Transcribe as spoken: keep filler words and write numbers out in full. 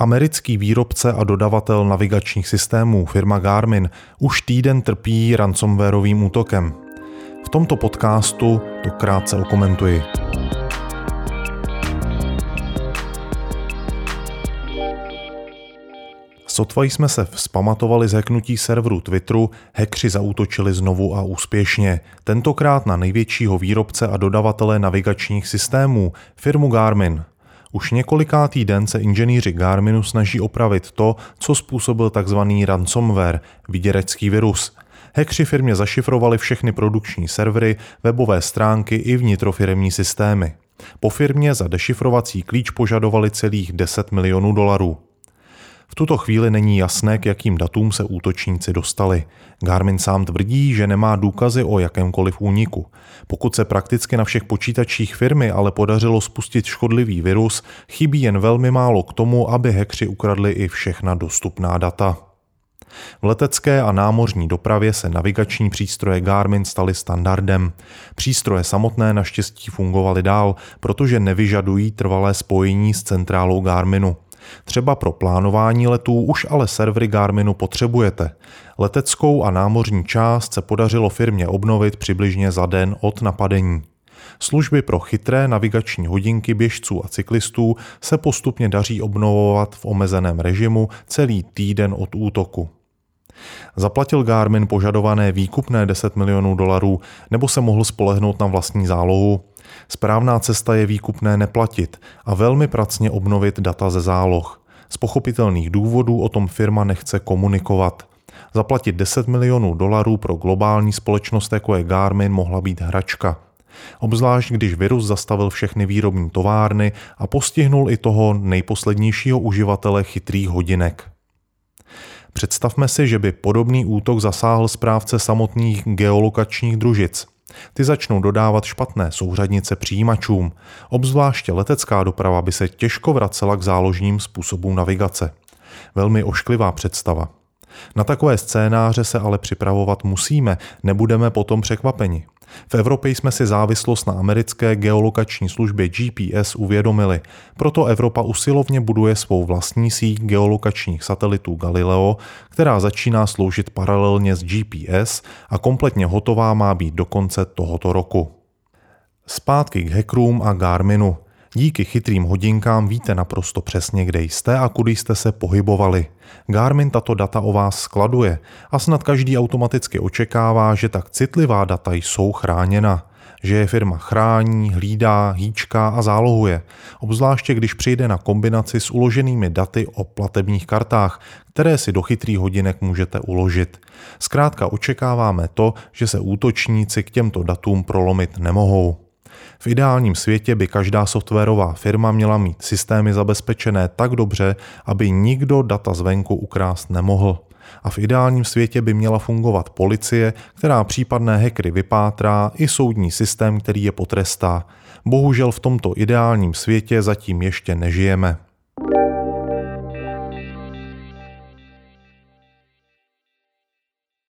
Americký výrobce a dodavatel navigačních systémů firma Garmin už týden trpí ransomwareovým útokem. V tomto podcastu to krátce okomentuji. Sotva jsme se vzpamatovali z hacknutí serveru Twitteru, hackři zaútočili znovu a úspěšně. Tentokrát na největšího výrobce a dodavatele navigačních systémů, firmu Garmin. Už několikátý den se inženýři Garminu snaží opravit to, co způsobil tzv. Ransomware, vyděračský virus. Hackři firmě zašifrovali všechny produkční servery, webové stránky i vnitrofiremní systémy. Po firmě za dešifrovací klíč požadovali celých deset milionů dolarů. V tuto chvíli není jasné, k jakým datům se útočníci dostali. Garmin sám tvrdí, že nemá důkazy o jakémkoliv úniku. Pokud se prakticky na všech počítačích firmy ale podařilo spustit škodlivý virus, chybí jen velmi málo k tomu, aby hackři ukradli i všechna dostupná data. V letecké a námořní dopravě se navigační přístroje Garmin staly standardem. Přístroje samotné naštěstí fungovaly dál, protože nevyžadují trvalé spojení s centrálou Garminu. Třeba pro plánování letů už ale servery Garminu potřebujete. Leteckou a námořní část se podařilo firmě obnovit přibližně za den od napadení. Služby pro chytré navigační hodinky běžců a cyklistů se postupně daří obnovovat v omezeném režimu celý týden od útoku. Zaplatil Garmin požadované výkupné deset milionů dolarů nebo se mohl spolehnout na vlastní zálohu? Správná cesta je výkupné neplatit a velmi pracně obnovit data ze záloh. Z pochopitelných důvodů o tom firma nechce komunikovat. Zaplatit deset milionů dolarů pro globální společnost jako je Garmin mohla být hračka. Obzvlášť když virus zastavil všechny výrobní továrny a postihnul i toho nejposlednějšího uživatele chytrých hodinek. Představme si, že by podobný útok zasáhl správce samotných geolokačních družic. Ty začnou dodávat špatné souřadnice přijímačům. Obzvláště letecká doprava by se těžko vracela k záložním způsobům navigace. Velmi ošklivá představa. Na takové scénáře se ale připravovat musíme, nebudeme potom překvapeni. V Evropě jsme si závislost na americké geolokační službě G P S uvědomili, proto Evropa usilovně buduje svou vlastní síť geolokačních satelitů Galileo, která začíná sloužit paralelně s G P S a kompletně hotová má být do konce tohoto roku. Zpátky k hackerům a Garminu. Díky chytrým hodinkám víte naprosto přesně, kde jste a kudy jste se pohybovali. Garmin tato data o vás skladuje a snad každý automaticky očekává, že tak citlivá data jsou chráněna. Že je firma chrání, hlídá, hýčká a zálohuje. Obzvláště když přijde na kombinaci s uloženými daty o platebních kartách, které si do chytrých hodinek můžete uložit. Zkrátka očekáváme to, že se útočníci k těmto datům prolomit nemohou. V ideálním světě by každá softwarová firma měla mít systémy zabezpečené tak dobře, aby nikdo data zvenku ukrást nemohl. A v ideálním světě by měla fungovat policie, která případné hackery vypátrá, i soudní systém, který je potrestá. Bohužel v tomto ideálním světě zatím ještě nežijeme.